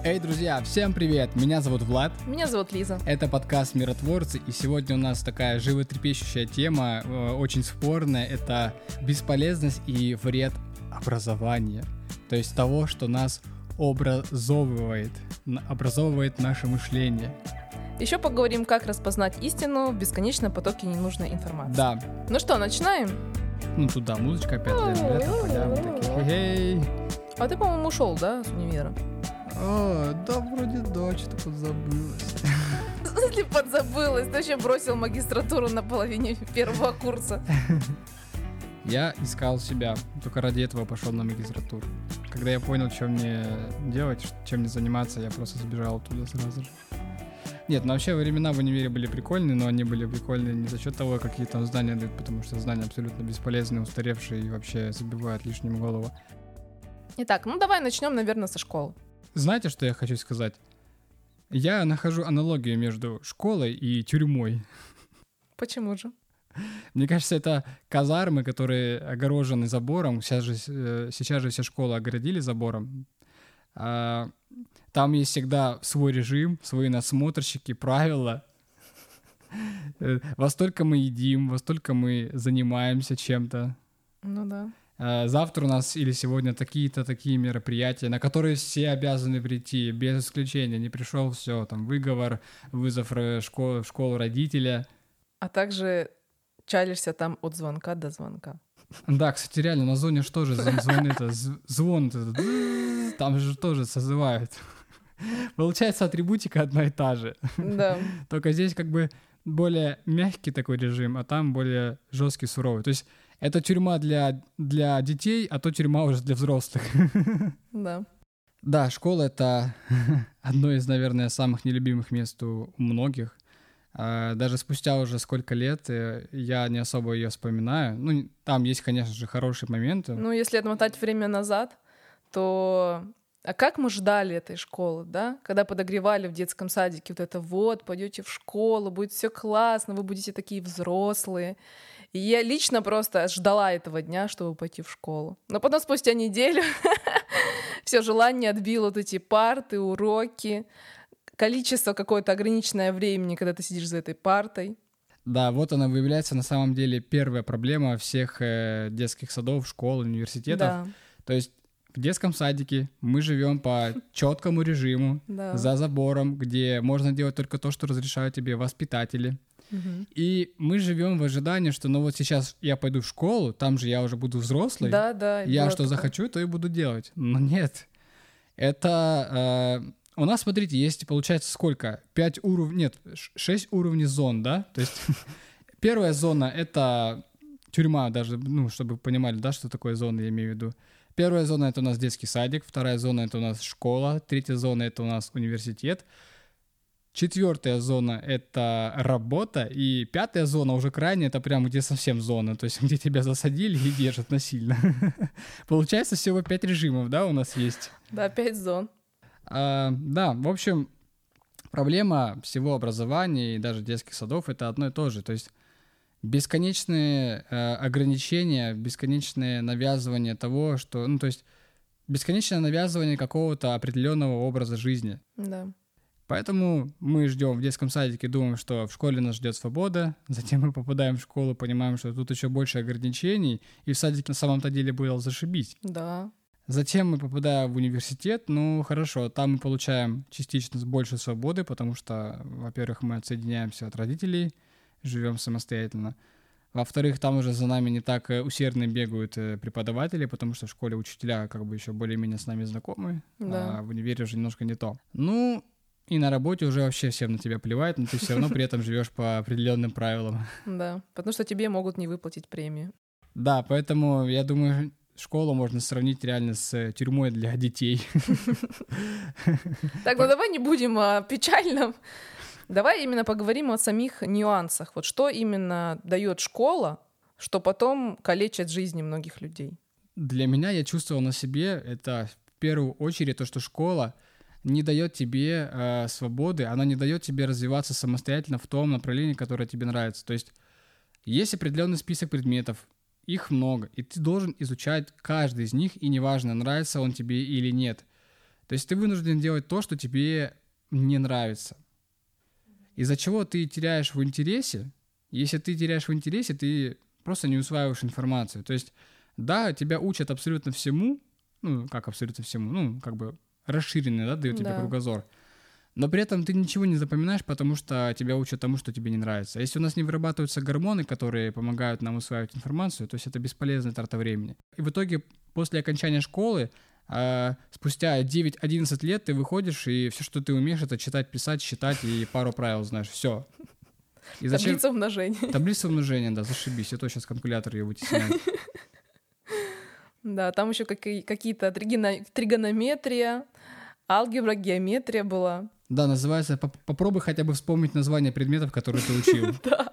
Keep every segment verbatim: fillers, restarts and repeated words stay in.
Эй, друзья, всем привет! Меня зовут Влад. Меня зовут Лиза. Это подкаст «Миротворцы», и сегодня у нас такая животрепещущая тема, э, очень спорная. Это бесполезность и вред образования. То есть того, что нас образовывает, образовывает наше мышление. Еще поговорим, как распознать истину в бесконечном потоке ненужной информации. Да. Ну что, начинаем? Ну туда музычка опять, лето, пойдем, такие, хей. А ты, по-моему, ушел, да, с универа? О, да, вроде да, что-то подзабылось. Если подзабылась, ты вообще бросил магистратуру на половине первого курса. Я искал себя, только ради этого пошел на магистратуру. Когда я понял, что мне делать, чем мне заниматься, я просто сбежал туда сразу же. Нет, ну вообще времена в универе были прикольные, но они были прикольные не за счет того, какие там знания дают, потому что знания абсолютно бесполезные, устаревшие и вообще забивают лишним голову. Итак, ну давай начнем, наверное, со школы. Знаете, что я хочу сказать? Я нахожу аналогию между школой и тюрьмой. Почему же? Мне кажется, это казармы, которые огорожены забором. Сейчас же, сейчас же все школы огородили забором. А, там есть всегда свой режим, свои надсмотрщики, правила. Во столько мы едим, во столько мы занимаемся чем-то. Ну да. Завтра у нас или сегодня такие-то такие мероприятия, на которые все обязаны прийти, без исключения. Не пришел, все, там выговор, вызов в школу, в школу родителя. А также чалишься там от звонка до звонка. Да, кстати, реально, на зоне что же звон, это, звон, это, там же тоже созывают. Получается, атрибутика одна и та же. Да. Только здесь как бы более мягкий такой режим, а там более жесткий, суровый. То есть это тюрьма для, для детей, а то тюрьма уже для взрослых. Да. Да, школа — это одно из, наверное, самых нелюбимых мест у многих. Даже спустя уже сколько лет я не особо ее вспоминаю. Ну, там есть, конечно же, хорошие моменты. Ну, если отмотать время назад, то... А как мы ждали этой школы, да? Когда подогревали в детском садике вот это вот, пойдете в школу, будет все классно, вы будете такие взрослые. И я лично просто ждала этого дня, чтобы пойти в школу. Но потом спустя неделю все желание отбило вот эти парты, уроки, количество какое-то ограниченное времени, когда ты сидишь за этой партой. Да, вот она выявляется на самом деле первая проблема всех э, детских садов, школ, университетов. Да. То есть в детском садике мы живем по четкому режиму, да. за забором, где можно делать только то, что разрешают тебе воспитатели. Угу. И мы живем в ожидании, что ну вот сейчас я пойду в школу, там же я уже буду взрослый, да, да, я что такое. захочу, то и буду делать. Но нет. Это... Э, у нас, смотрите, есть, получается, сколько? Пять уровней... Нет, шесть уровней зон, да? То есть первая зона — это тюрьма даже, ну, чтобы вы понимали, да, что такое зона, я имею в виду. Первая зона — это у нас детский садик, вторая зона — это у нас школа, третья зона — это у нас университет, четвертая зона — это работа, и пятая зона, уже крайняя, это прям где совсем зона, то есть где тебя засадили и держат насильно. Получается, всего пять режимов, да, у нас есть? Да, пять зон. А, да, в общем, проблема всего образования и даже детских садов — это одно и то же, то есть бесконечные э, ограничения, бесконечное навязывание того, что... Ну, то есть бесконечное навязывание какого-то определенного образа жизни. Да. Поэтому мы ждем в детском садике, думаем, что в школе нас ждет свобода, затем мы попадаем в школу, понимаем, что тут еще больше ограничений, и в садике на самом-то деле было зашибись. Да. Затем мы попадаем в университет, ну хорошо, там мы получаем частично больше свободы, потому что, во-первых, мы отсоединяемся от родителей, живем самостоятельно. Во-вторых, там уже за нами не так усердно бегают преподаватели, потому что в школе учителя как бы еще более-менее с нами знакомы, да. А в универе уже немножко не то. Ну, и на работе уже вообще всем на тебя плевать, но ты все равно при этом живешь по определенным правилам. Да, потому что тебе могут не выплатить премию. Да, поэтому я думаю, школу можно сравнить реально с тюрьмой для детей. Так, ну давай не будем о печальном. Давай именно поговорим о самих нюансах. Вот что именно дает школа, что потом калечит жизни многих людей? Для меня, я чувствовал на себе, это в первую очередь то, что школа не дает тебе э, свободы, она не дает тебе развиваться самостоятельно в том направлении, которое тебе нравится. То есть есть определенный список предметов, их много, и ты должен изучать каждый из них, и неважно, нравится он тебе или нет. То есть ты вынужден делать то, что тебе не нравится. Из-за чего ты теряешь в интересе. Если ты теряешь в интересе, ты просто не усваиваешь информацию. То есть, да, тебя учат абсолютно всему, ну, как абсолютно всему, ну, как бы расширенный, да, дают тебе Да. кругозор. Но при этом ты ничего не запоминаешь, потому что тебя учат тому, что тебе не нравится. Если у нас не вырабатываются гормоны, которые помогают нам усваивать информацию, то есть это бесполезная трата времени. И в итоге после окончания школы, э, спустя девять-одиннадцать лет ты выходишь, и все, что ты умеешь, это читать, писать, считать и пару правил знаешь. Все. И зачем... Таблица умножения. Таблица умножения, да, зашибись. Я то сейчас калькулятор ее вытесняю. Да, там еще какие- какие-то тригоно- тригонометрия, алгебра, геометрия была. Да, называется «Поп- «Попробуй хотя бы вспомнить названия предметов, которые ты учил». Да,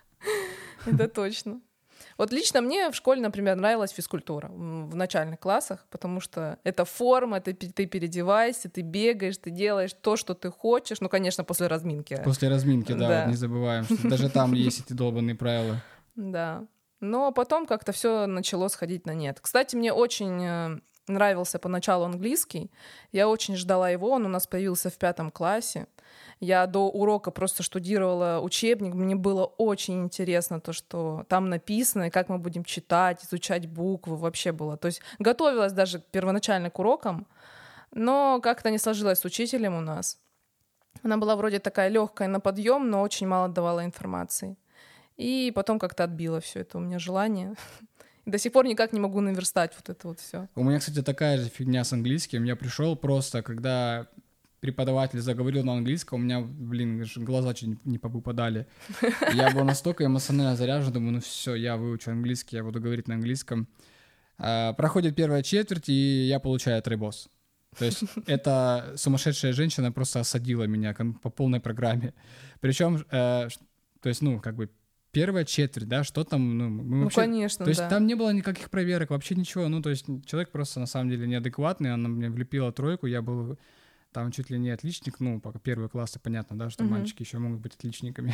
это точно. Вот лично мне в школе, например, нравилась физкультура м, в начальных классах, потому что это форма, ты, пе- ты переодеваешься, ты бегаешь, ты делаешь то, что ты хочешь. Ну, конечно, после разминки. После разминки, да, Да. вот не забываем, что даже там есть эти долбанные правила. Да. Но потом как-то все начало сходить на нет. Кстати, мне очень э, нравился поначалу английский. Я очень ждала его. Он у нас появился в пятом классе. Я до урока просто штудировала учебник. Мне было очень интересно то, что там написано, и как мы будем читать, изучать буквы. Вообще было. То есть готовилась даже первоначально к урокам, но как-то не сложилось с учителем у нас. Она была вроде такая легкая на подъем, но очень мало давала информации. И потом как-то отбила все это у меня желание. До сих пор никак не могу наверстать вот это вот все. У меня, кстати, такая же фигня с английским. Я пришел просто, когда преподаватель заговорил на английском, у меня, блин, аж глаза чуть не повыпадали. Я был настолько эмоционально заряжен, думаю, ну все, я выучу английский, я буду говорить на английском. А, проходит первая четверть, и я получаю тройбос. То есть эта сумасшедшая женщина просто осадила меня кон- по полной программе. Причем, э, ш- то есть, ну, как бы первая четверть, да, что там, ну, мы Ну, вообще... конечно, То есть да. там не было никаких проверок, вообще ничего. Ну, то есть человек просто на самом деле неадекватный, она мне влепила тройку, я был там чуть ли не отличник, ну, пока первые классы, понятно, да, что Мгм. мальчики еще могут быть отличниками.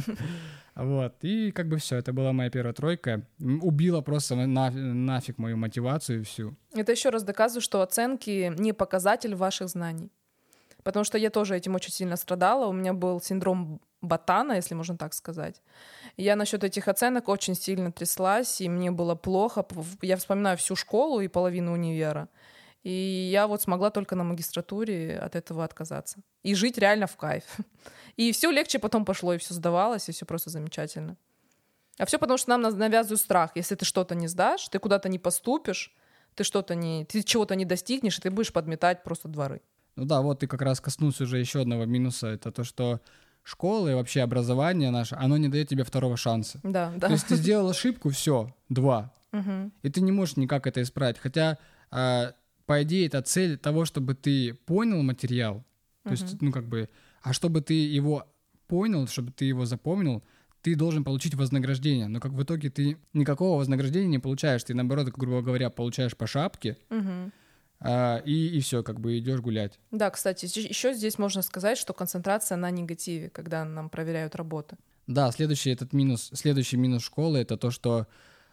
Вот, и как бы все, это была моя первая тройка. М, Убила просто на- нафиг мою мотивацию всю. Это еще раз доказывает, что оценки не показатель ваших знаний. Потому что я тоже этим очень сильно страдала. У меня был синдром ботана, если можно так сказать. И я насчет этих оценок очень сильно тряслась, и мне было плохо. П- Я вспоминаю всю школу и половину универа. И я вот смогла только на магистратуре от этого отказаться. И жить реально в кайф. И все легче потом пошло, и все сдавалось, и все просто замечательно. А все потому, что нам наз- навязывают страх. Если ты что-то не сдашь, ты куда-то не поступишь, ты что-то не, ты чего-то не достигнешь, и ты будешь подметать просто дворы. Ну да, вот ты как раз коснулся уже еще одного минуса, это то, что школа и вообще образование наше, оно не дает тебе второго шанса. Да, да. То есть ты сделал ошибку, все, два, Мгм. и ты не можешь никак это исправить. Хотя, а, по идее, это цель того, чтобы ты понял материал, то есть, Мгм. ну как бы, а чтобы ты его понял, чтобы ты его запомнил, ты должен получить вознаграждение. Но как в итоге ты никакого вознаграждения не получаешь, ты наоборот, грубо говоря, получаешь по шапке, Мгм. а, и, и все, как бы идешь гулять. Да, кстати, еще здесь можно сказать, что концентрация на негативе, когда нам проверяют работы. Да, следующий этот минус, следующий минус школы это то, что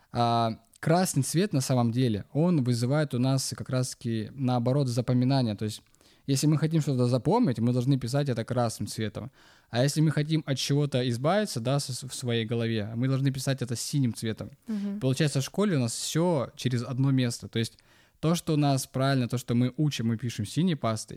а, красный цвет на самом деле он вызывает у нас как раз-таки наоборот запоминание. То есть, если мы хотим что-то запомнить, мы должны писать это красным цветом. А если мы хотим от чего-то избавиться, да, со- в своей голове, мы должны писать это синим цветом. Мгм. Получается, в школе у нас все через одно место. То есть то, что у нас правильно, то, что мы учим, мы пишем синей пастой,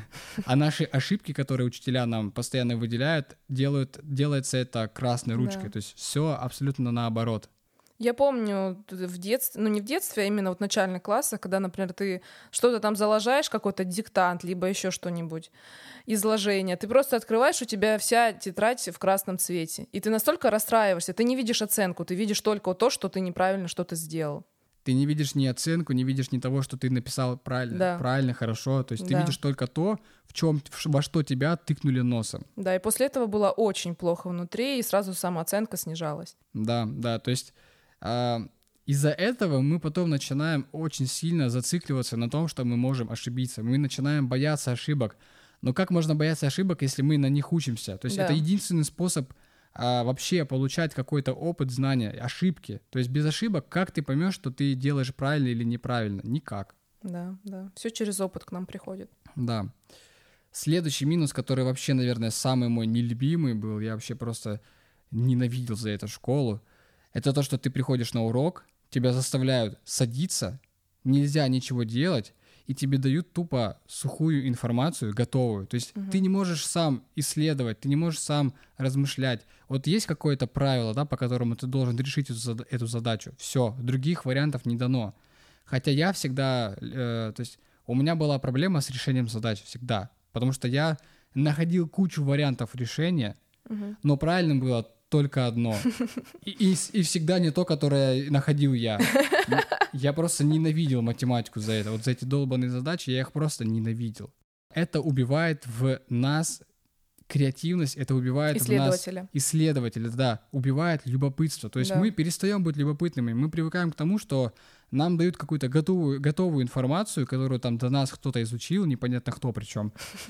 а наши ошибки, которые учителя нам постоянно выделяют, делают, делается это красной ручкой. Да. То есть все абсолютно наоборот. Я помню т- в детстве, ну не в детстве, а именно вот в начальных классах, когда, например, ты что-то там залажаешь, какой-то диктант, либо еще что-нибудь, изложение, ты просто открываешь, у тебя вся тетрадь в красном цвете, и ты настолько расстраиваешься, ты не видишь оценку, ты видишь только то, что ты неправильно что-то сделал. Ты не видишь ни оценку, не видишь ни того, что ты написал правильно, Да. правильно, хорошо. То есть ты Да. видишь только то, в чем, во что тебя тыкнули носом. Да, и после этого было очень плохо внутри, и сразу самооценка снижалась. Да, да, то есть а, из-за этого мы потом начинаем очень сильно зацикливаться на том, что мы можем ошибиться. Мы начинаем бояться ошибок. Но как можно бояться ошибок, если мы на них учимся? То есть Да. это единственный способ а, вообще получать какой-то опыт, знания, ошибки. То есть без ошибок как ты поймешь, что ты делаешь правильно или неправильно? Никак. Да, да. Все через опыт к нам приходит. Да. Следующий минус, который вообще, наверное, самый мой нелюбимый был, я вообще просто ненавидел за эту школу, это то, что ты приходишь на урок, тебя заставляют садиться, нельзя ничего делать, и тебе дают тупо сухую информацию, готовую. То есть Мгм. ты не можешь сам исследовать, ты не можешь сам размышлять. Вот есть какое-то правило, да, по которому ты должен решить эту, зада- эту задачу. Все, других вариантов не дано. Хотя я всегда, э, то есть у меня была проблема с решением задач всегда, потому что я находил кучу вариантов решения, Мгм. но правильным было только одно. И, и с- и всегда не то, которое находил я. М, Я просто ненавидел математику за это. Вот за эти долбанные задачи я их просто ненавидел. Это убивает в нас креативность, это убивает в нас Исследователя. исследователя, да, убивает любопытство. То есть Да. мы перестаем быть любопытными, мы привыкаем к тому, что нам дают какую-то готовую, готовую информацию, которую там до нас кто-то изучил, непонятно кто причем.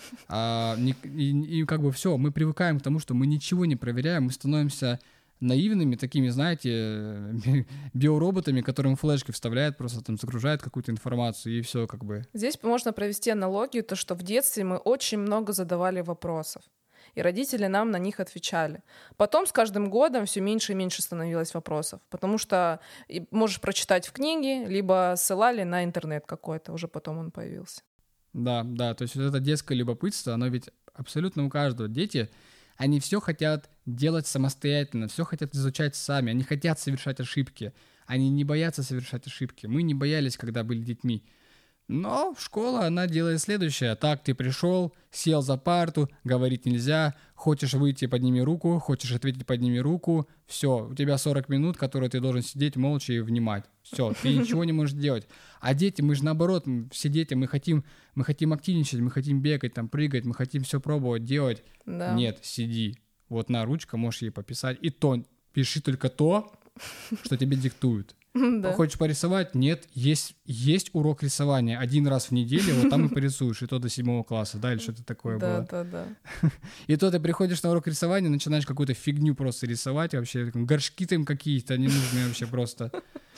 А, не- и, и как бы все, мы привыкаем к тому, что мы ничего не проверяем, мы становимся наивными, такими, знаете, би- биороботами, которым флешки вставляют, просто там загружают какую-то информацию, и все как бы. Здесь можно провести аналогию, то, что в детстве мы очень много задавали вопросов, и родители нам на них отвечали. Потом с каждым годом все меньше и меньше становилось вопросов, потому что и можешь прочитать в книге, либо ссылали на интернет какой-то, уже потом он появился. Да, да, то есть вот это детское любопытство, оно ведь абсолютно у каждого. Дети, они все хотят делать самостоятельно, все хотят изучать сами, они хотят совершать ошибки, они не боятся совершать ошибки. Мы не боялись, когда были детьми. Но школа, она делает следующее. Так, ты пришел, сел за парту, говорить нельзя, хочешь выйти, подними руку, хочешь ответить, подними руку. Все, у тебя сорок минут, которые ты должен сидеть молча и внимать. Все, ты ничего не можешь делать. А дети, мы же наоборот, м, все дети, мы хотим, мы хотим активничать, мы хотим бегать, там, прыгать, мы хотим все пробовать, делать. Да. Нет, сиди. Вот на ручка, можешь ей пописать. И то, пиши только то, что тебе диктуют. Да. Хочешь порисовать? Нет, есть, есть урок рисования один раз в неделю, вот там и порисуешь, и то до седьмого класса, да, или что-то такое Да, было. да, да. И то ты приходишь на урок рисования, начинаешь какую-то фигню просто рисовать вообще, там, горшки там какие-то ненужные вообще просто.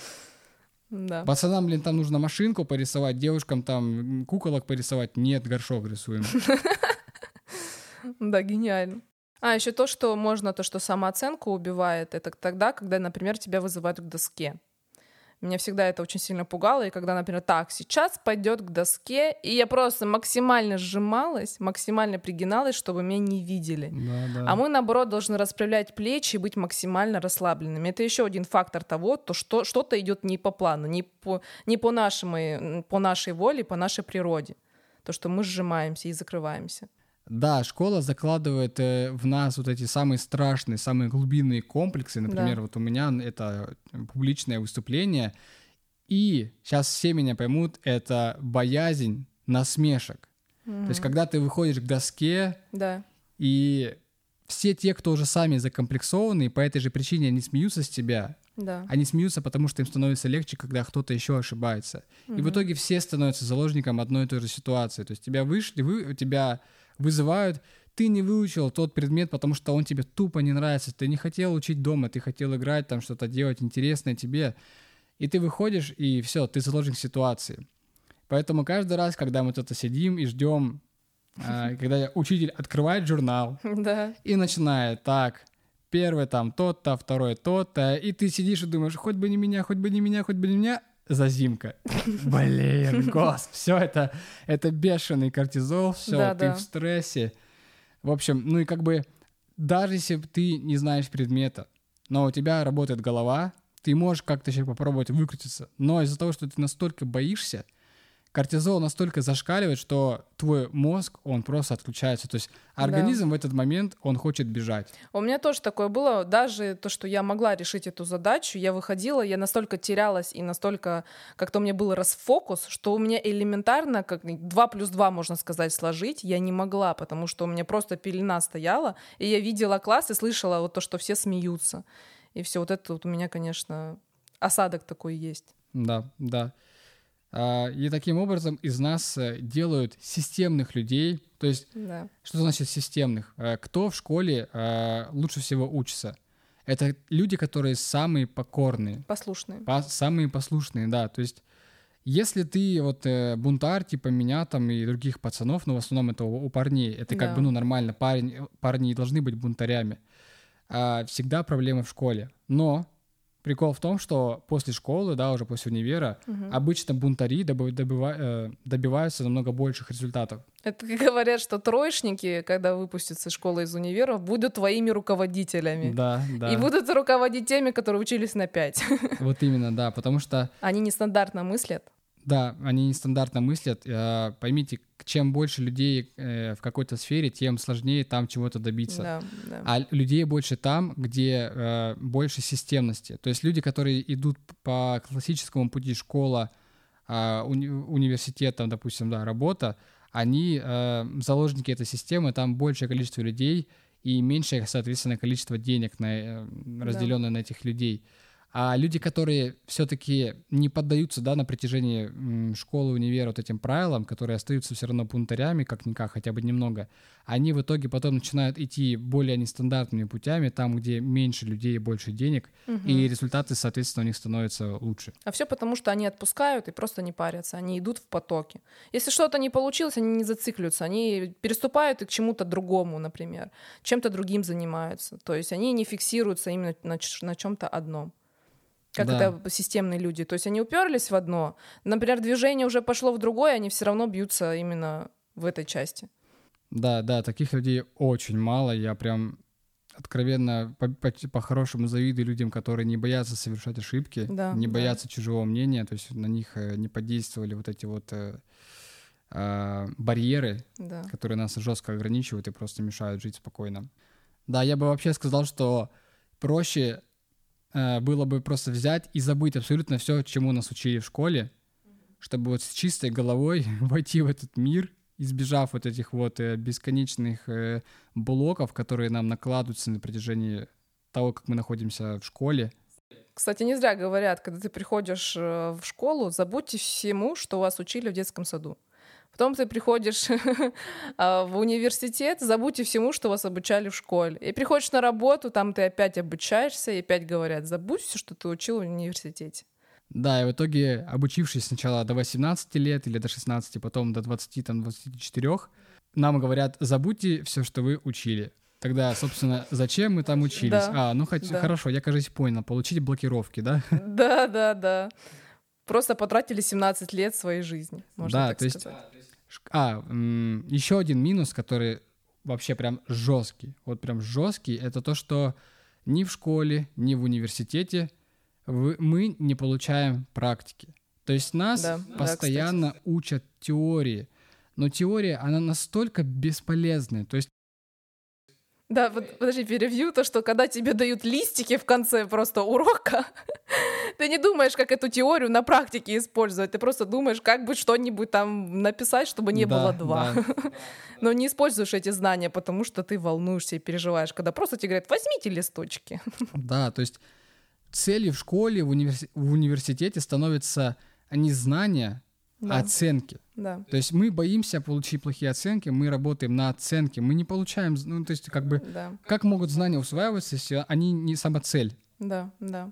Да. Пацанам, блин, там нужно машинку порисовать, девушкам там м, куколок порисовать. Нет, горшок рисуем. Да, гениально. А, еще то, что можно, то, что самооценку убивает, это тогда, когда, например, тебя вызывают к доске. Меня всегда это очень сильно пугало, и когда, например, так, сейчас пойдет к доске, и я просто максимально сжималась, максимально пригиналась, чтобы меня не видели. Да, да. А мы, наоборот, должны расправлять плечи и быть максимально расслабленными. Это еще один фактор того, то, что что-то идет не по плану, не по, не по, нашему, по нашей воле, по нашей природе. То, что мы сжимаемся и закрываемся. Да, школа закладывает э, в нас вот эти самые страшные, самые глубинные комплексы. Например, Да. вот у меня это публичное выступление. И сейчас все меня поймут, это боязнь насмешек. То есть, когда ты выходишь к доске, Да. и все те, кто уже сами закомплексованы, по этой же причине они смеются с тебя. Да. Они смеются, потому что им становится легче, когда кто-то еще ошибается. И в итоге все становятся заложником одной и той же ситуации. То есть тебя вышли, вы, тебя вызывают, ты не выучил тот предмет, потому что он тебе тупо не нравится. Ты не хотел учить дома, ты хотел играть, там что-то делать интересное тебе. И ты выходишь, и все, ты заложник ситуации. Поэтому каждый раз, когда мы тут сидим и ждем, а, когда учитель открывает журнал Да. и начинает так, первый там тот-то, второй тот-то, и ты сидишь и думаешь, хоть бы не меня, хоть бы не меня, хоть бы не меня, зазимка. Блин, гос, все это, это бешеный кортизол, все, Да, ты да. в стрессе. В общем, ну и как бы, даже если ты не знаешь предмета, но у тебя работает голова, ты можешь как-то еще попробовать выкрутиться. Но из-за того, что ты настолько боишься, кортизол настолько зашкаливает, что твой мозг, он просто отключается. То есть организм в этот момент, он хочет бежать. У меня тоже такое было. Даже то, что я могла решить эту задачу, я выходила, я настолько терялась и настолько как-то у меня был расфокус, что у меня элементарно, как два плюс два, можно сказать, сложить, я не могла, потому что у меня просто пелена стояла, и я видела класс и слышала вот то, что все смеются. И все вот это вот у меня, конечно, осадок такой есть. Да, да. А, И таким образом из нас э, делают системных людей. То есть, Да. что значит системных? Э, Кто в школе э, лучше всего учится? Это люди, которые самые покорные, Послушные. по- самые послушные, да. То есть, Если ты вот э, бунтарь, типа меня там и других пацанов, но в основном это у, у парней, это как Да. бы, ну, нормально, парень, парни не должны быть бунтарями. А, всегда проблемы в школе. Но прикол в том, что после школы, да, уже после универа, Мгм. обычно бунтари добыва- добыва- э, добиваются намного больших результатов. Это как говорят, что троечники, когда выпустятся из школы, из универа, будут твоими руководителями. Да, да. И будут руководить теми, которые учились на пять. Вот именно, да, потому что, Они нестандартно мыслят. да, они нестандартно мыслят. э, Поймите, чем больше людей э, в какой-то сфере, тем сложнее там чего-то добиться. Да, да. А людей больше там, где э, больше системности. То есть люди, которые идут по классическому пути школа, э, уни- университет, там, допустим, да, работа, они э, заложники этой системы, там большее количество людей и меньшее, соответственно, количество денег, на, э, разделенное на этих людей. А люди, которые все-таки не поддаются, да, на протяжении м, школы, универа вот этим правилам, которые остаются все равно бунтарями, как-никак, хотя бы немного, они в итоге потом начинают идти более нестандартными путями, там, где меньше людей и больше денег, Мгм. и результаты, соответственно, у них становятся лучше. А все потому, что они отпускают и просто не парятся, они идут в потоке. Если что-то не получилось, они не зацикливаются, они переступают и к чему-то другому, например, чем-то другим занимаются. То есть они не фиксируются именно на, ч- на чем-то одном. Как Да. это системные люди. То есть они уперлись в одно, например, движение уже пошло в другое, они все равно бьются именно в этой части. Да, да, таких людей очень мало. Я прям откровенно по- по- по-хорошему завидую людям, которые не боятся совершать ошибки, Да, не да. боятся чужого мнения, то есть на них э, не подействовали вот эти вот э, а, барьеры, Да. которые нас жестко ограничивают и просто мешают жить спокойно. Да, я бы вообще сказал, что проще э, было бы просто взять и забыть абсолютно все, чему нас учили в школе, чтобы вот с чистой головой войти в этот мир, избежав вот этих вот э, бесконечных э, блоков, которые нам накладываются на протяжении того, как мы находимся в школе. Кстати, не зря говорят, когда ты приходишь э, в школу, забудьте всему, что вас учили в детском саду. Потом ты приходишь а, в университет, забудьте всему, что вас обучали в школе. И приходишь на работу, там ты опять обучаешься, и опять говорят, забудь все, что ты учил в университете. Да, и в итоге, обучившись сначала до восемнадцати лет или до шестнадцати, потом до двадцати, там, двадцати четырёх, нам говорят, забудьте все, что вы учили. Тогда, собственно, зачем мы там учились? Да, А, ну хоть да. хорошо, я, кажется, понял, получить блокировки, да? Да, да, да. Просто потратили семнадцать лет своей жизни, можно Да, так то есть- сказать. Ш- А, м, еще один минус, который вообще прям жесткий, вот прям жесткий, это то, что ни в школе, ни в университете вы- мы не получаем практики. То есть нас Да, да, постоянно учат теории, но теория, она настолько бесполезная. То есть Да, вот, подожди, перевью то, что когда тебе дают листики в конце просто урока, ты не думаешь, как эту теорию на практике использовать, ты просто думаешь, как бы что-нибудь там написать, чтобы не Да, было два. да. Но не используешь эти знания, потому что ты волнуешься и переживаешь, когда просто тебе говорят, возьмите листочки. Да, то есть целью в школе, в, универси- в университете становятся не знания, а Да, оценки. да, То есть мы боимся получить плохие оценки, мы работаем на оценки, мы не получаем, ну, то есть как бы, да, как могут знания усваиваться, если они не самоцель? да, да.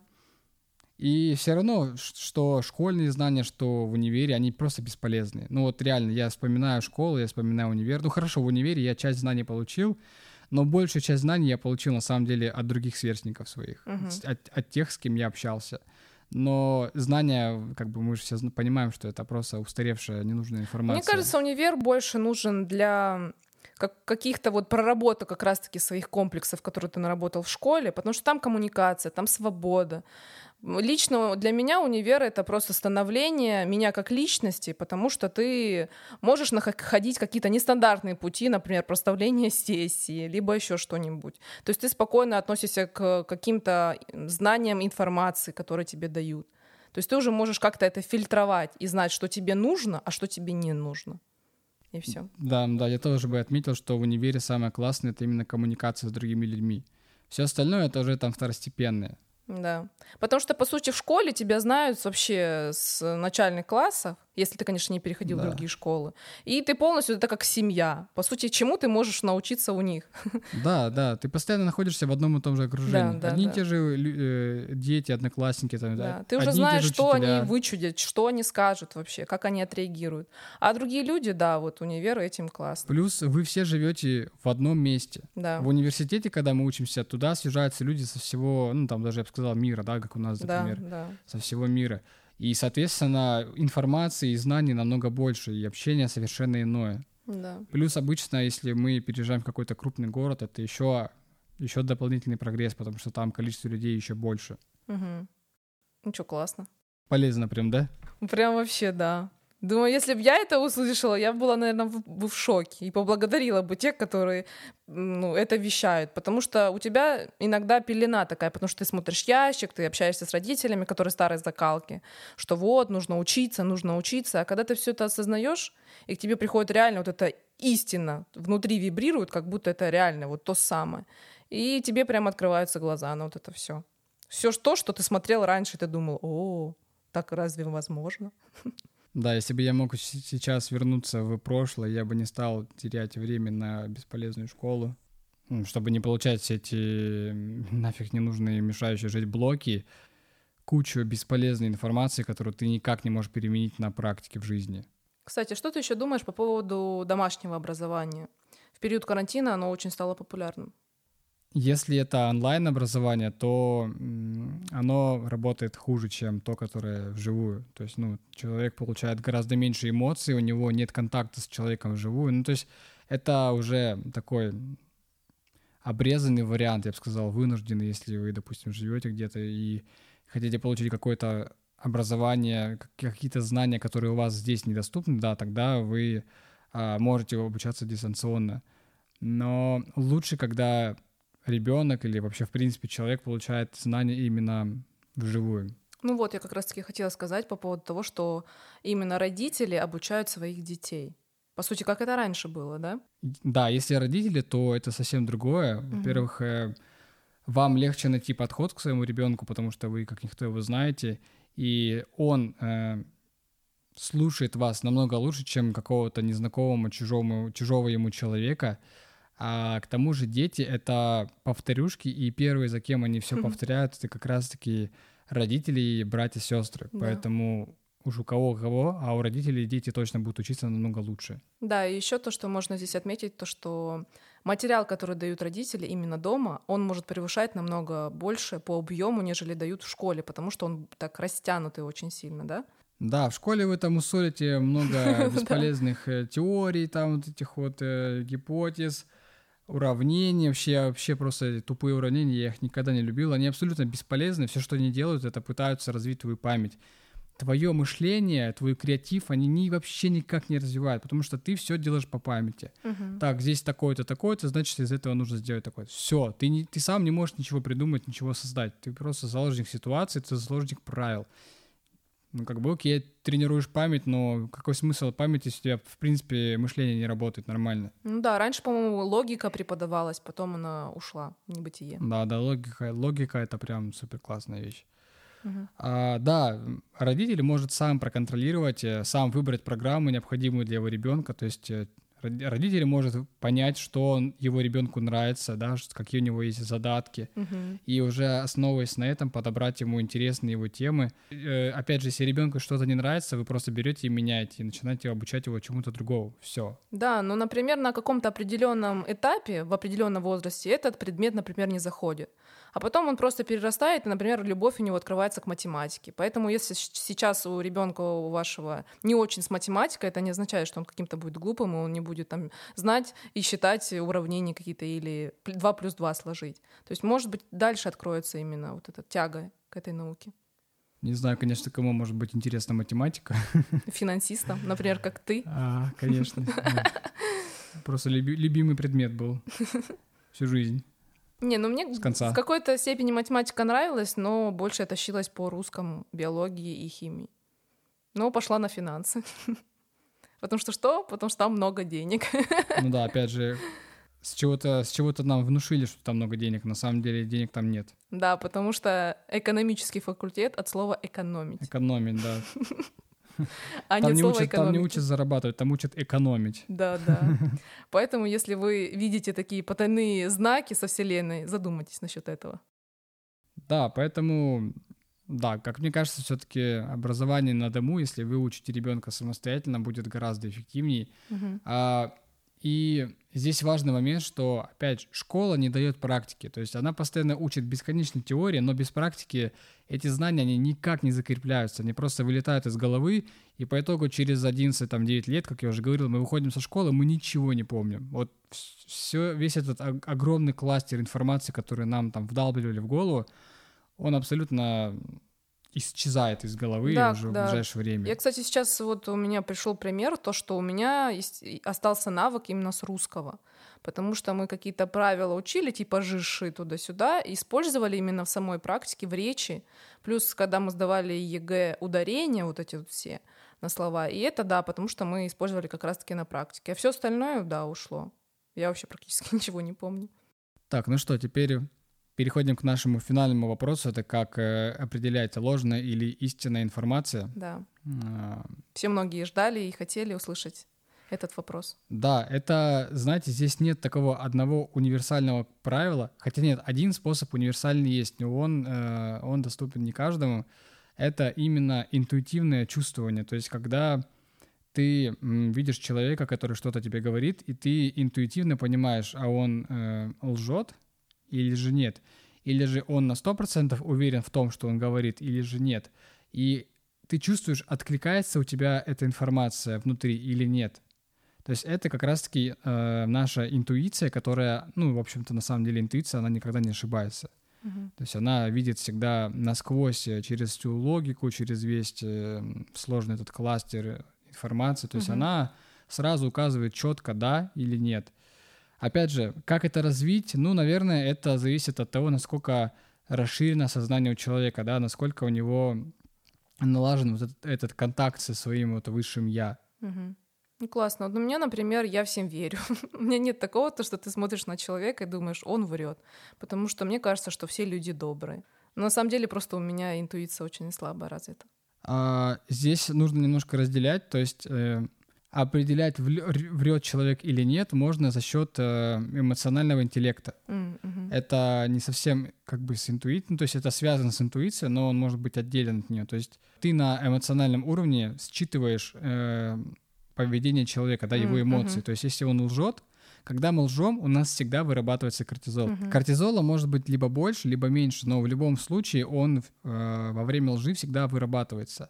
И все равно, ш- что школьные знания, что в универе, они просто бесполезны. Ну вот реально, я вспоминаю школу, я вспоминаю универ. Ну хорошо, в универе я часть знаний получил, но большую часть знаний я получил на самом деле от других сверстников своих, Мгм. с- от, от тех, с кем я общался. Но знания, как бы мы же все зн- понимаем, что это просто устаревшая, ненужная информация. Мне кажется, универ больше нужен для как- каких-то вот проработок как раз-таки своих комплексов, которые ты наработал в школе, потому что там коммуникация, там свобода. М, Лично для меня универ — это просто становление меня как личности, потому что ты можешь находить какие-то нестандартные пути, например, проставление сессии, либо еще что-нибудь. То есть ты спокойно относишься к каким-то знаниям информации, которые тебе дают. То есть ты уже можешь как-то это фильтровать и знать, что тебе нужно, а что тебе не нужно. И все. Да, да, я тоже бы отметил, что в универе самое классное — это именно коммуникация с другими людьми. Все остальное — это уже там второстепенное. Да. Потому что, по сути, в школе тебя знают вообще с начальных классов, если ты, конечно, не переходил Да. в другие школы. И ты полностью, это как семья. По сути, чему ты можешь научиться у них? Да, да, ты постоянно находишься в одном и том же окружении. Да, да, Одни и да. те же лю- э, дети, одноклассники. Там, Да. да. Ты уже Одни и те знаешь, же что учителя. они вычудят, что они скажут вообще, как они отреагируют. А другие люди, да, вот универ этим классно. Плюс вы все живете в одном месте. Да. В университете, когда мы учимся, туда съезжаются люди со всего, ну там даже, я бы сказал, мира, да, как у нас, Да, например, да. со всего мира. И, соответственно, информации и знаний намного больше, и общение совершенно иное. Да. Плюс обычно, если мы переезжаем в какой-то крупный город, это еще, еще дополнительный прогресс, потому что там количество людей еще больше. Угу. Ну что, классно. Полезно прям, да? Прям вообще, да. Думаю, если бы я это услышала, я была, наверное, в, бы в шоке и поблагодарила бы тех, которые ну, это вещают. Потому что у тебя иногда пелена такая, потому что ты смотришь ящик, ты общаешься с родителями, которые старой закалки, что вот, нужно учиться, нужно учиться. А когда ты все это осознаешь, и к тебе приходит реально вот эта истина, внутри вибрирует, как будто это реально вот то самое. И тебе прям открываются глаза на вот это все. Все то, что ты смотрел раньше, ты думал, о, так разве возможно? Да, если бы я мог с- сейчас вернуться в прошлое, я бы не стал терять время на бесполезную школу, м, чтобы не получать все эти м, нафиг ненужные, мешающие жить блоки, кучу бесполезной информации, которую ты никак не можешь применить на практике в жизни. Кстати, что ты еще думаешь по поводу домашнего образования? В период карантина оно очень стало популярным. Если это онлайн-образование, то м, оно работает хуже, чем то, которое вживую. То есть, ну, человек получает гораздо меньше эмоций, у него нет контакта с человеком вживую. Ну, то есть это уже такой обрезанный вариант, я бы сказал, вынужденный, если вы, допустим, живете где-то и хотите получить какое-то образование, как- какие-то знания, которые у вас здесь недоступны, да, тогда вы а, можете обучаться дистанционно. Но лучше, когда ребенок или вообще, в принципе, человек получает знания именно вживую. Ну вот, я как раз-таки хотела сказать по поводу того, что именно родители обучают своих детей. По сути, как это раньше было, да? Да, если родители, то это совсем другое. Во-первых, э, вам легче найти подход к своему ребенку, потому что вы, как никто, его знаете, и он э, слушает вас намного лучше, чем какого-то незнакомого, чужому, чужого ему человека. А к тому же дети — это повторюшки, и первые, за кем они все повторяют, это как раз-таки родители и братья, сестры. Да. Поэтому уж у кого-кого, а у родителей дети точно будут учиться намного лучше. Да, и еще то, что можно здесь отметить, то, что материал, который дают родители именно дома, он может превышать намного больше по объему, нежели дают в школе, потому что он так растянутый очень сильно, да? Да, в школе вы там усолите много бесполезных э, теорий, там вот этих вот э, гипотез, уравнений, вообще, вообще просто тупые уравнения, я их никогда не любил, они абсолютно бесполезны, все, что они делают, это пытаются развить твою память. Твое мышление, твой креатив, они ни, вообще никак не развивают, потому что ты все делаешь по памяти. Мгм. Так, здесь такое-то, такое-то, значит, из этого нужно сделать такое. Все, ты, не, ты сам не можешь ничего придумать, ничего создать. Ты просто заложник ситуации, ты заложник правил. Ну, как бы, окей, тренируешь память, но какой смысл памяти, если у тебя, в принципе, мышление не работает нормально? Ну да, раньше, по-моему, логика преподавалась, потом она ушла в небытие. Да, да, логика, логика — это прям супер классная вещь. Мгм. А, да, родитель может сам проконтролировать, э, сам выбрать программу, необходимую для его ребенка. То есть э, род- родитель может понять, что он- его ребенку нравится, да, ш- какие у него есть задатки, Мгм. и уже основываясь на этом, подобрать ему интересные его темы. Э, опять же, если ребенку что-то не нравится, вы просто берете и меняете, и начинаете обучать его чему-то другому. Все. Да, но, например, на каком-то определенном этапе, в определенном возрасте этот предмет, например, не заходит. А потом он просто перерастает, и, например, любовь у него открывается к математике. Поэтому если щ- сейчас у ребенка у вашего не очень с математикой, это не означает, что он каким-то будет глупым, и он не будет там знать и считать уравнения какие-то или два плюс два сложить. То есть, может быть, дальше откроется именно вот эта тяга к этой науке. Не знаю, конечно, кому может быть интересна математика. Финансистам, например, как ты. А, конечно. да. Просто люби- любимый предмет был всю жизнь. Не, ну мне С конца. в какой-то степени математика нравилась, но больше я тащилась по русскому, биологии и химии. Но пошла на финансы. Потому что что? Потому что там много денег. Ну да, опять же, с чего-то, с чего-то нам внушили, что там много денег. На самом деле денег там нет. Да, потому что экономический факультет от слова экономить. Экономить, да. А Там нет не, слова учат, там не экономить. учат зарабатывать, там учат экономить. Да, да. Поэтому, если вы видите такие потайные знаки со Вселенной, задумайтесь насчет этого. Да, поэтому, да, как мне кажется, все-таки образование на дому, если вы учите ребенка самостоятельно, будет гораздо эффективнее. Мгм. А, и здесь важный момент, что, опять же, школа не дает практики. То есть она постоянно учит бесконечной теории, но без практики эти знания, они никак не закрепляются. Они просто вылетают из головы, и по итогу через одиннадцать-девять лет, как я уже говорил, мы выходим со школы, мы ничего не помним. Вот все, весь этот о- огромный кластер информации, который нам там вдалбливали в голову, он абсолютно исчезает из головы Да, уже да. в ближайшее время. Я, кстати, сейчас вот у меня пришел пример, то, что у меня есть- и остался навык именно с русского, потому что мы какие-то правила учили, типа жиши туда-сюда, и использовали именно в самой практике, в речи. Плюс, когда мы сдавали ЕГЭ ударения, вот эти вот все на слова, и это да, потому что мы использовали как раз-таки на практике. А все остальное, да, ушло. Я вообще практически ничего не помню. Так, ну что, теперь переходим к нашему финальному вопросу. Это как э, определять ложная или истинная информация. Да. А, Все многие ждали и хотели услышать этот вопрос. Да, это, знаете, здесь нет такого одного универсального правила, хотя нет, один способ универсальный есть, но он, э, он доступен не каждому. Это именно интуитивное чувствование, то есть когда ты м, видишь человека, который что-то тебе говорит, и ты интуитивно понимаешь, а он э, лжет или же нет, или же он на сто процентов уверен в том, что он говорит, или же нет, и ты чувствуешь, откликается у тебя эта информация внутри или нет. То есть это как раз-таки э, наша интуиция, которая, ну, в общем-то, на самом деле интуиция, она никогда не ошибается. Мгм. То есть она видит всегда насквозь, э, через всю логику, через весь э, сложный этот кластер информации. То есть Мгм. она сразу указывает четко да или нет. Опять же, как это развить? Ну, наверное, это зависит от того, насколько расширено сознание у человека, да, насколько у него налажен вот этот, этот контакт со своим вот высшим «я». Мгм. Ну, классно. Вот у меня, например, я всем верю. У меня нет такого, то, что ты смотришь на человека и думаешь, он врет. Потому что мне кажется, что все люди добрые. Но на самом деле просто у меня интуиция очень слабо развита. А, здесь нужно немножко разделять, то есть э, определять, влё- р- врет человек или нет, можно за счет э, эмоционального интеллекта. М, мгм. Это не совсем как бы с интуицией, ну, то есть это связано с интуицией, но он может быть отделен от нее. То есть ты на эмоциональном уровне считываешь э, поведение человека, да, его М, эмоции. мгм. То есть если он лжет, когда мы лжем, у нас всегда вырабатывается кортизол. Мгм. Кортизола может быть либо больше, либо меньше, но в любом случае он э, во время лжи всегда вырабатывается.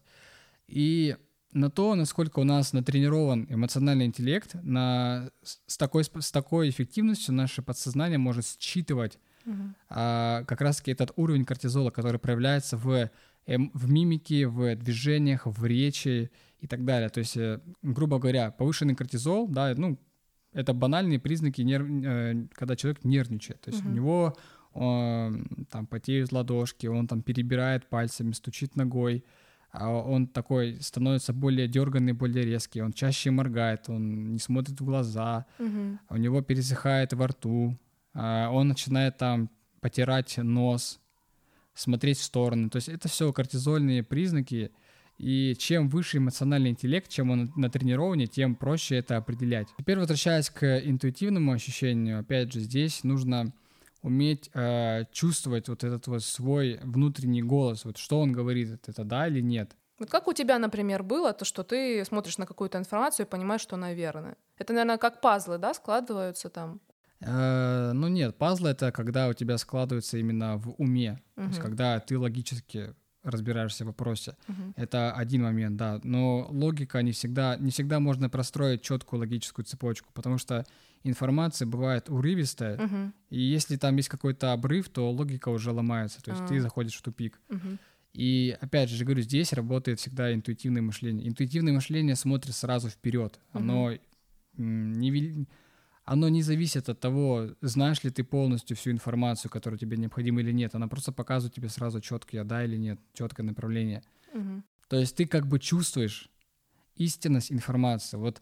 И на то, насколько у нас натренирован эмоциональный интеллект, на, с, с такой, сп- с такой эффективностью наше подсознание может считывать Мгм. а, как раз-таки этот уровень кортизола, который проявляется в, эм, в мимике, в движениях, в речи и так далее. То есть, э, грубо говоря, повышенный кортизол, да, ну, это банальные признаки, нерв... э, когда человек нервничает. То есть Мгм. у него э, там потеют ладошки, он там перебирает пальцами, стучит ногой, а он такой становится более дерганный, более резкий, он чаще моргает, он не смотрит в глаза, Мгм. у него пересыхает во рту, а, он начинает там потирать нос, смотреть в сторону. То есть это все кортизольные признаки, и чем выше эмоциональный интеллект, чем он натренированнее, тем проще это определять. Теперь возвращаясь к интуитивному ощущению, опять же, здесь нужно уметь э, чувствовать вот этот вот свой внутренний голос, вот что он говорит, это да или нет. Вот как у тебя, например, было то, что ты смотришь на какую-то информацию и понимаешь, что она верная? Это, наверное, как пазлы, да, складываются там? Э, ну нет, пазлы — это когда у тебя складывается именно в уме, то есть Мгм. когда ты логически разбираешься в вопросе. Мгм. Это один момент, да. Но логика не всегда, не всегда можно простроить четкую логическую цепочку, потому что информация бывает урывистая, Мгм. и если там есть какой-то обрыв, то логика уже ломается, то есть А. ты заходишь в тупик. Мгм. И опять же, говорю, здесь работает всегда интуитивное мышление. Интуитивное мышление смотрит сразу вперед. Оно, м, не, вел- оно не зависит от того, знаешь ли ты полностью всю информацию, которая тебе необходима или нет. Она просто показывает тебе сразу четкое да или нет, четкое направление. Мгм. То есть ты как бы чувствуешь истинность информации. Вот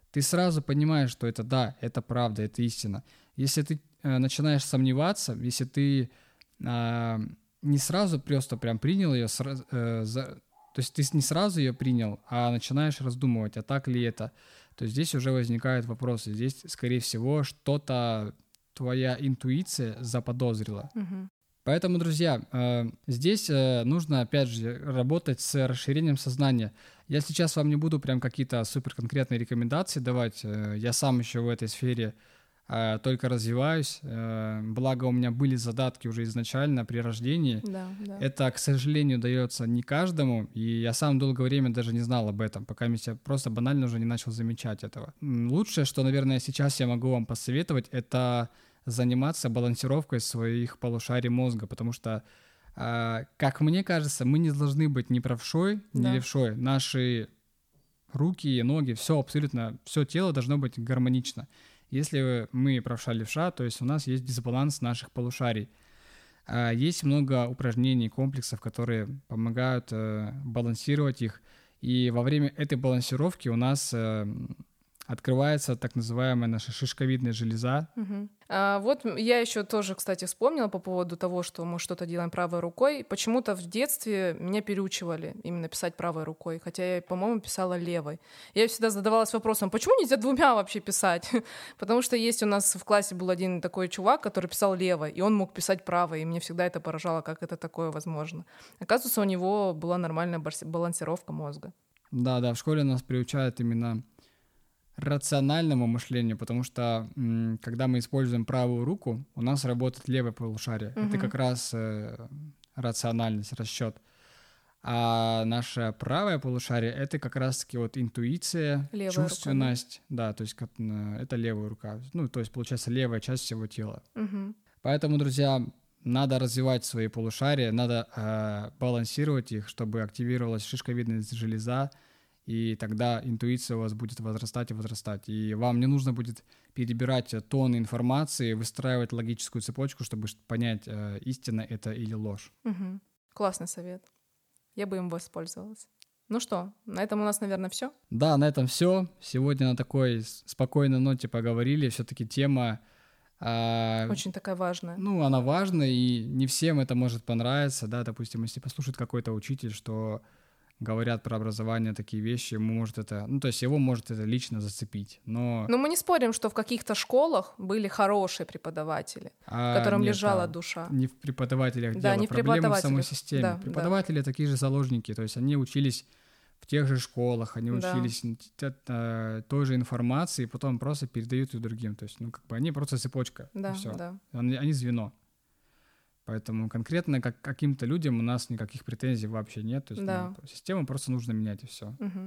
ты сразу понимаешь, что это да, это правда, это истина. Если ты э, начинаешь сомневаться, если ты э, не сразу просто прям принял ее, сразу, э, за, то есть ты не сразу ее принял, а начинаешь раздумывать, а так ли это, то здесь уже возникают вопросы. Здесь, скорее всего, что-то твоя интуиция заподозрила. Мгм. Поэтому, друзья, э, здесь э, нужно, опять же, работать с расширением сознания. Я сейчас вам не буду прям какие-то супер конкретные рекомендации давать. Э, я сам еще в этой сфере э, только развиваюсь. Э, благо у меня были задатки уже изначально при рождении. Да, да. Это, к сожалению, дается не каждому, и я сам долгое время даже не знал об этом, пока я просто банально уже не начал замечать этого. М, Лучшее, что, наверное, сейчас я могу вам посоветовать, это заниматься балансировкой своих полушарий мозга, потому что, а, как мне кажется, мы не должны быть ни правшой, ни Да. левшой. Наши руки, ноги, все абсолютно, все тело должно быть гармонично. Если мы правша-левша, то есть у нас есть дисбаланс наших полушарий. А, Есть много упражнений, комплексов, которые помогают э, балансировать их. И во время этой балансировки у нас э, открывается так называемая наша шишковидная железа. Мгм. А, вот м- я еще тоже, кстати, вспомнила по поводу того, что мы что-то делаем правой рукой. Почему-то в детстве меня переучивали именно писать правой рукой, хотя я, по-моему, писала левой. Я всегда задавалась вопросом, почему нельзя двумя вообще писать? Потому что есть у нас в классе был один такой чувак, который писал левой, и он мог писать правой, и мне всегда это поражало, как это такое возможно. Оказывается, у него была нормальная барси- балансировка мозга. Да, да, в школе нас приучают именно рациональному мышлению, потому что м, когда мы используем правую руку, у нас работает левое полушарие. Это Мгм. как раз э, рациональность, расчет. А наше правое полушарие — это как раз-таки вот интуиция, Левая рука, да? чувственность. Да, то есть как, э, это левая рука. Ну, то есть, получается, левая часть всего тела. Мгм. Поэтому, друзья, надо развивать свои полушария, надо э, балансировать их, чтобы активировалась шишковидная железа, и тогда интуиция у вас будет возрастать и возрастать. И вам не нужно будет перебирать э, тонны информации, выстраивать логическую цепочку, чтобы ш- понять, э, истина это или ложь. Мгм. Классный совет. Я бы им воспользовалась. Ну что, на этом у нас, наверное, все. Да, на этом все. Сегодня на такой с- спокойной ноте поговорили. Все-таки тема, а, Очень такая важная. ну, она важна, и не всем это может понравиться, да, допустим, если послушает какой-то учитель, что говорят про образование такие вещи, ему может это, ну, то есть его может это лично зацепить, но... Но мы не спорим, что в каких-то школах были хорошие преподаватели, а, которым нет, лежала а, душа. Не в преподавателях Да, дело, не в проблема в самой преподавателях. системе. Да, да. Преподаватели такие же заложники, то есть они учились в тех же школах, они Да. учились н- т- э, той же информации, и потом просто передают ее другим, то есть, ну, как бы они просто цепочка, Да, все, да. они, они звено. Поэтому конкретно как к каким-то людям у нас никаких претензий вообще нет. То есть, Да. ну, систему просто нужно менять, и все. Мгм.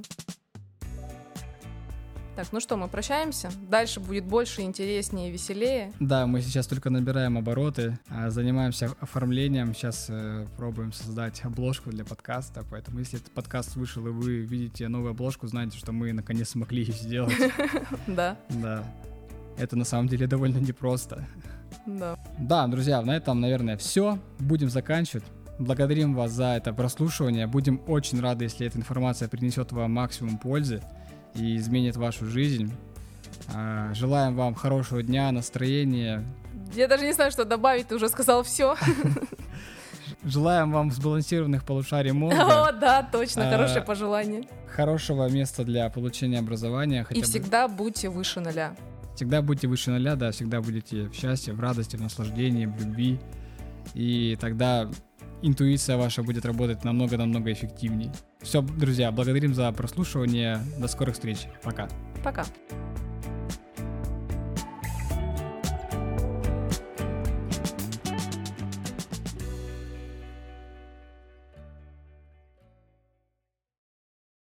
Так, ну что, мы прощаемся. Дальше будет больше, интереснее и веселее. Да, мы сейчас только набираем обороты, а, занимаемся оформлением. Сейчас э, пробуем создать обложку для подкаста. Поэтому, если этот подкаст вышел, и вы видите новую обложку, знайте, что мы наконец смогли ее сделать. Да, Да. Это на самом деле довольно непросто. да. Да, друзья, на этом, наверное, все. Будем заканчивать. Благодарим вас за это прослушивание. Будем очень рады, если эта информация принесет вам максимум пользы и изменит вашу жизнь. А, Желаем вам хорошего дня, настроения. Я даже не знаю, что добавить, ты уже сказал все. Желаем вам сбалансированных полушарий О, мозга, да, точно, А, хорошее пожелание. хорошего места для получения образования. хотя И бы- всегда будьте выше нуля. Всегда будьте выше нуля, да, всегда будете в счастье, в радости, в наслаждении, в любви. И тогда интуиция ваша будет работать намного-намного эффективнее. Все, друзья, благодарим за прослушивание. До скорых встреч. Пока. Пока.